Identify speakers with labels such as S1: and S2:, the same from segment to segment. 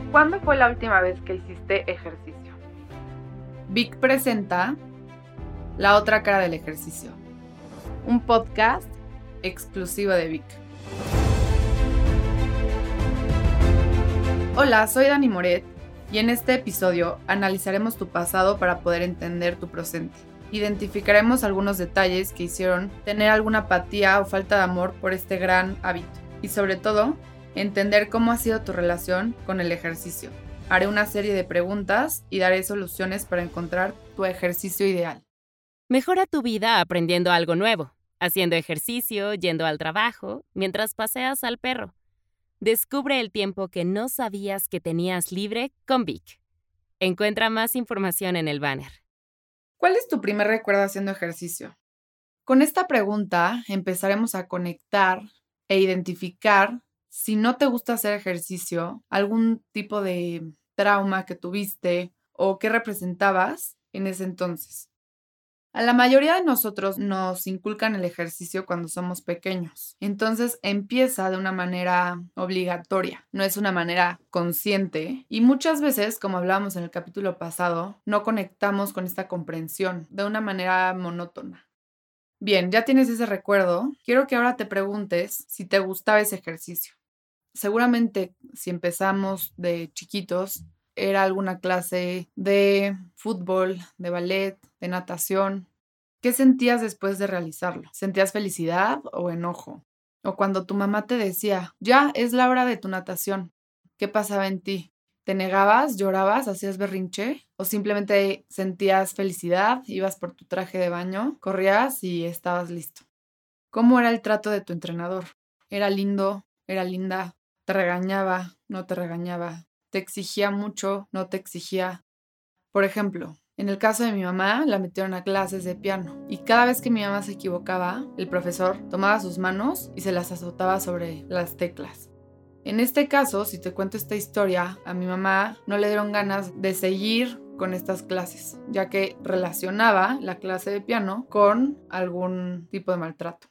S1: ¿Cuándo fue la última vez que hiciste ejercicio?
S2: Vic presenta La otra cara del ejercicio, un podcast exclusivo de Vic. Hola, soy Dani Moret y en este episodio analizaremos tu pasado para poder entender tu presente. Identificaremos algunos detalles que hicieron tener alguna apatía o falta de amor por este gran hábito y sobre todo, entender cómo ha sido tu relación con el ejercicio. Haré una serie de preguntas y daré soluciones para encontrar tu ejercicio ideal.
S3: Mejora tu vida aprendiendo algo nuevo, haciendo ejercicio, yendo al trabajo, mientras paseas al perro. Descubre el tiempo que no sabías que tenías libre con Vic. Encuentra más información en el banner.
S2: ¿Cuál es tu primer recuerdo haciendo ejercicio? Con esta pregunta empezaremos a conectar e identificar si no te gusta hacer ejercicio, algún tipo de trauma que tuviste o qué representabas en ese entonces. A la mayoría de nosotros nos inculcan el ejercicio cuando somos pequeños. Entonces empieza de una manera obligatoria, no es una manera consciente. Y muchas veces, como hablábamos en el capítulo pasado, no conectamos con esta comprensión de una manera monótona. Bien, ya tienes ese recuerdo. Quiero que ahora te preguntes si te gustaba ese ejercicio. Seguramente si empezamos de chiquitos, era alguna clase de fútbol, de ballet, de natación. ¿Qué sentías después de realizarlo? ¿Sentías felicidad o enojo? O cuando tu mamá te decía, ya es la hora de tu natación, ¿qué pasaba en ti? ¿Te negabas, llorabas, hacías berrinche? ¿O simplemente sentías felicidad, ibas por tu traje de baño, corrías y estabas listo? ¿Cómo era el trato de tu entrenador? ¿Era lindo? ¿Era linda? ¿Te regañaba? ¿No te regañaba? ¿Te exigía mucho? ¿No te exigía? Por ejemplo, en el caso de mi mamá, la metieron a clases de piano y cada vez que mi mamá se equivocaba, el profesor tomaba sus manos y se las azotaba sobre las teclas. En este caso, si te cuento esta historia, a mi mamá no le dieron ganas de seguir con estas clases, ya que relacionaba la clase de piano con algún tipo de maltrato.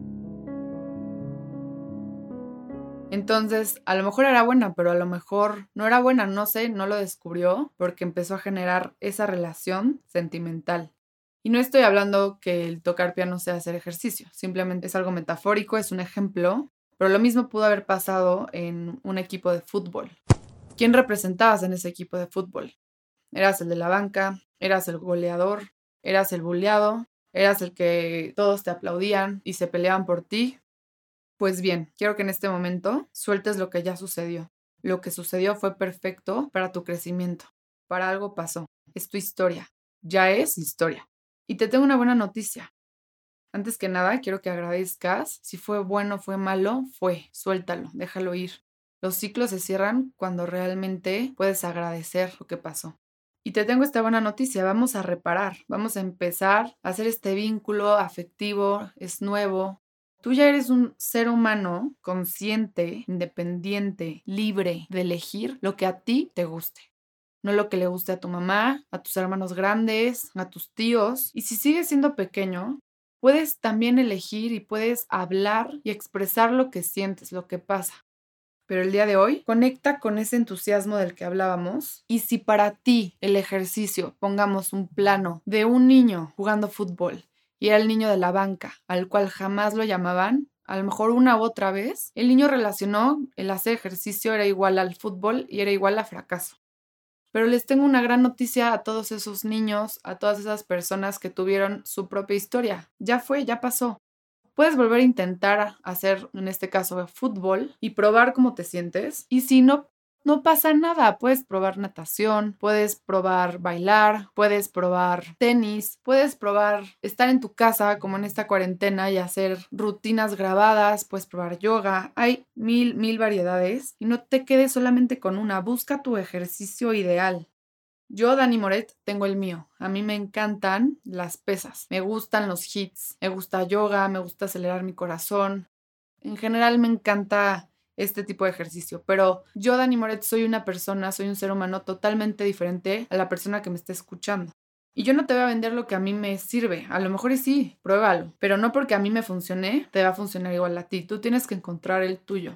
S2: Entonces, a lo mejor era buena, pero a lo mejor no era buena, no sé, no lo descubrió porque empezó a generar esa relación sentimental. Y no estoy hablando que el tocar piano sea hacer ejercicio, simplemente es algo metafórico, es un ejemplo, pero lo mismo pudo haber pasado en un equipo de fútbol. ¿Quién representabas en ese equipo de fútbol? ¿Eras el de la banca? ¿Eras el goleador? ¿Eras el bulleado? ¿Eras el que todos te aplaudían y se peleaban por ti? Pues bien, quiero que en este momento sueltes lo que ya sucedió. Lo que sucedió fue perfecto para tu crecimiento. Para algo pasó. Es tu historia. Ya es historia. Y te tengo una buena noticia. Antes que nada, quiero que agradezcas. Si fue bueno, fue malo, fue. Suéltalo, déjalo ir. Los ciclos se cierran cuando realmente puedes agradecer lo que pasó. Y te tengo esta buena noticia, vamos a reparar, vamos a empezar a hacer este vínculo afectivo, es nuevo. Tú ya eres un ser humano consciente, independiente, libre de elegir lo que a ti te guste. No lo que le guste a tu mamá, a tus hermanos grandes, a tus tíos. Y si sigues siendo pequeño, puedes también elegir y puedes hablar y expresar lo que sientes, lo que pasa. Pero el día de hoy, conecta con ese entusiasmo del que hablábamos. Y si para ti el ejercicio, pongamos un plano de un niño jugando fútbol y era el niño de la banca, al cual jamás lo llamaban, a lo mejor una u otra vez, el niño relacionó el hacer ejercicio era igual al fútbol y era igual a fracaso. Pero les tengo una gran noticia a todos esos niños, a todas esas personas que tuvieron su propia historia. Ya fue, ya pasó. Puedes volver a intentar hacer, en este caso, fútbol y probar cómo te sientes. Y si no, no pasa nada. Puedes probar natación, puedes probar bailar, puedes probar tenis, puedes probar estar en tu casa como en esta cuarentena y hacer rutinas grabadas, puedes probar yoga. Hay mil variedades y no te quedes solamente con una. Busca tu ejercicio ideal. Yo, Dani Moret, tengo el mío. A mí me encantan las pesas, me gustan los hits, me gusta yoga, me gusta acelerar mi corazón. En general me encanta este tipo de ejercicio, pero yo, Dani Moret, soy una persona, soy un ser humano totalmente diferente a la persona que me está escuchando. Y yo no te voy a vender lo que a mí me sirve. A lo mejor y sí, pruébalo. Pero no porque a mí me funcione, te va a funcionar igual a ti. Tú tienes que encontrar el tuyo.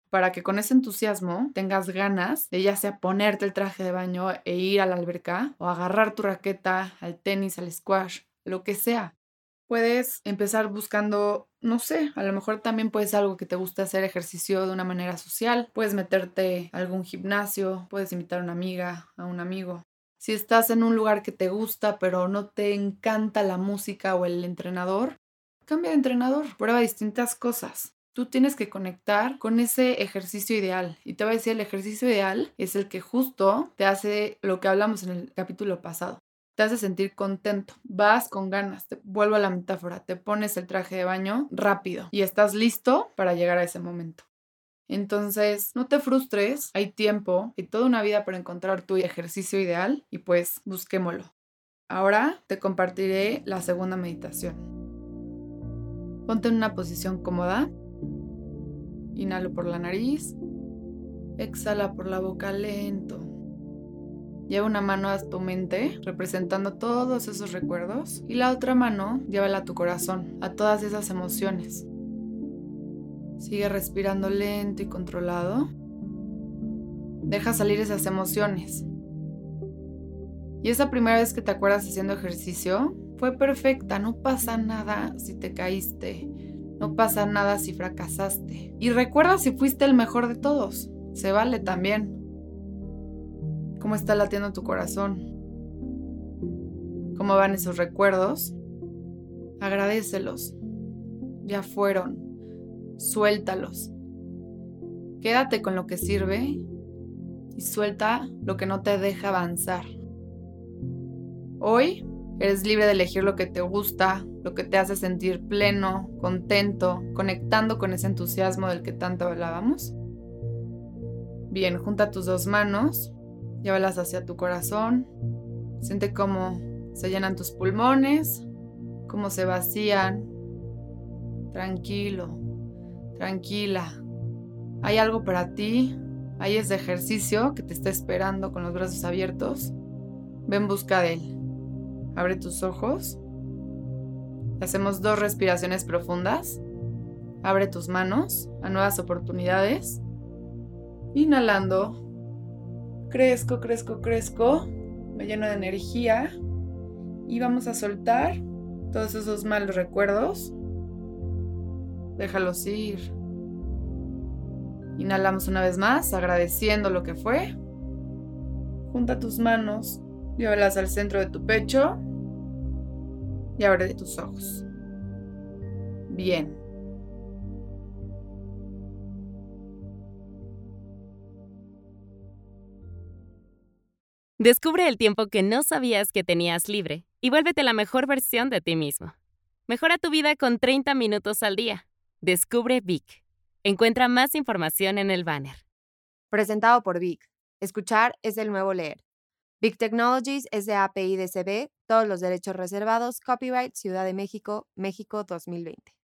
S2: para que con ese entusiasmo tengas ganas de ya sea ponerte el traje de baño e ir a la alberca o agarrar tu raqueta, al tenis, al squash, lo que sea. Puedes empezar buscando, no sé, a lo mejor también puede ser algo que te gusta hacer ejercicio de una manera social. Puedes meterte a algún gimnasio, puedes invitar a una amiga, a un amigo. Si estás en un lugar que te gusta pero no te encanta la música o el entrenador, cambia de entrenador, prueba distintas cosas. Tú tienes que conectar con ese ejercicio ideal. Y te voy a decir, el ejercicio ideal es el que justo te hace lo que hablamos en el capítulo pasado. Te hace sentir contento, vas con ganas, te vuelvo a la metáfora, te pones el traje de baño rápido y estás listo para llegar a ese momento. Entonces, no te frustres, hay tiempo y toda una vida para encontrar tu ejercicio ideal y pues busquémoslo. Ahora te compartiré la segunda meditación. Ponte en una posición cómoda, inhalo por la nariz, exhala por la boca lento. Lleva una mano a tu mente, representando todos esos recuerdos, y la otra mano llévala a tu corazón, a todas esas emociones. Sigue respirando lento y controlado. Deja salir esas emociones. Y esa primera vez que te acuerdas haciendo ejercicio, fue perfecta, no pasa nada si te caíste, no pasa nada si fracasaste. Y recuerda si fuiste el mejor de todos, se vale también. ¿Cómo está latiendo tu corazón? ¿Cómo van esos recuerdos? Agradécelos. Ya fueron. Suéltalos. Quédate con lo que sirve y suelta lo que no te deja avanzar. Hoy eres libre de elegir lo que te gusta, lo que te hace sentir pleno, contento, conectando con ese entusiasmo del que tanto hablábamos. Bien, junta tus dos manos. Llévalas hacia tu corazón. Siente cómo se llenan tus pulmones, cómo se vacían. Tranquilo, tranquila. Hay algo para ti. Hay ese ejercicio que te está esperando con los brazos abiertos. Ve en busca de él. Abre tus ojos. Hacemos 2 respiraciones profundas. Abre tus manos a nuevas oportunidades. Inhalando. Crezco, crezco, crezco, me lleno de energía y vamos a soltar todos esos malos recuerdos. Déjalos ir. Inhalamos una vez más, agradeciendo lo que fue. Junta tus manos, llévalas al centro de tu pecho y abre tus ojos. Bien.
S3: Descubre el tiempo que no sabías que tenías libre y vuélvete la mejor versión de ti mismo. Mejora tu vida con 30 minutos al día. Descubre Vic. Encuentra más información en el banner.
S4: Presentado por Vic. Escuchar es el nuevo leer. Vic Technologies SAPI DCB, todos los derechos reservados, copyright Ciudad de México, México 2020.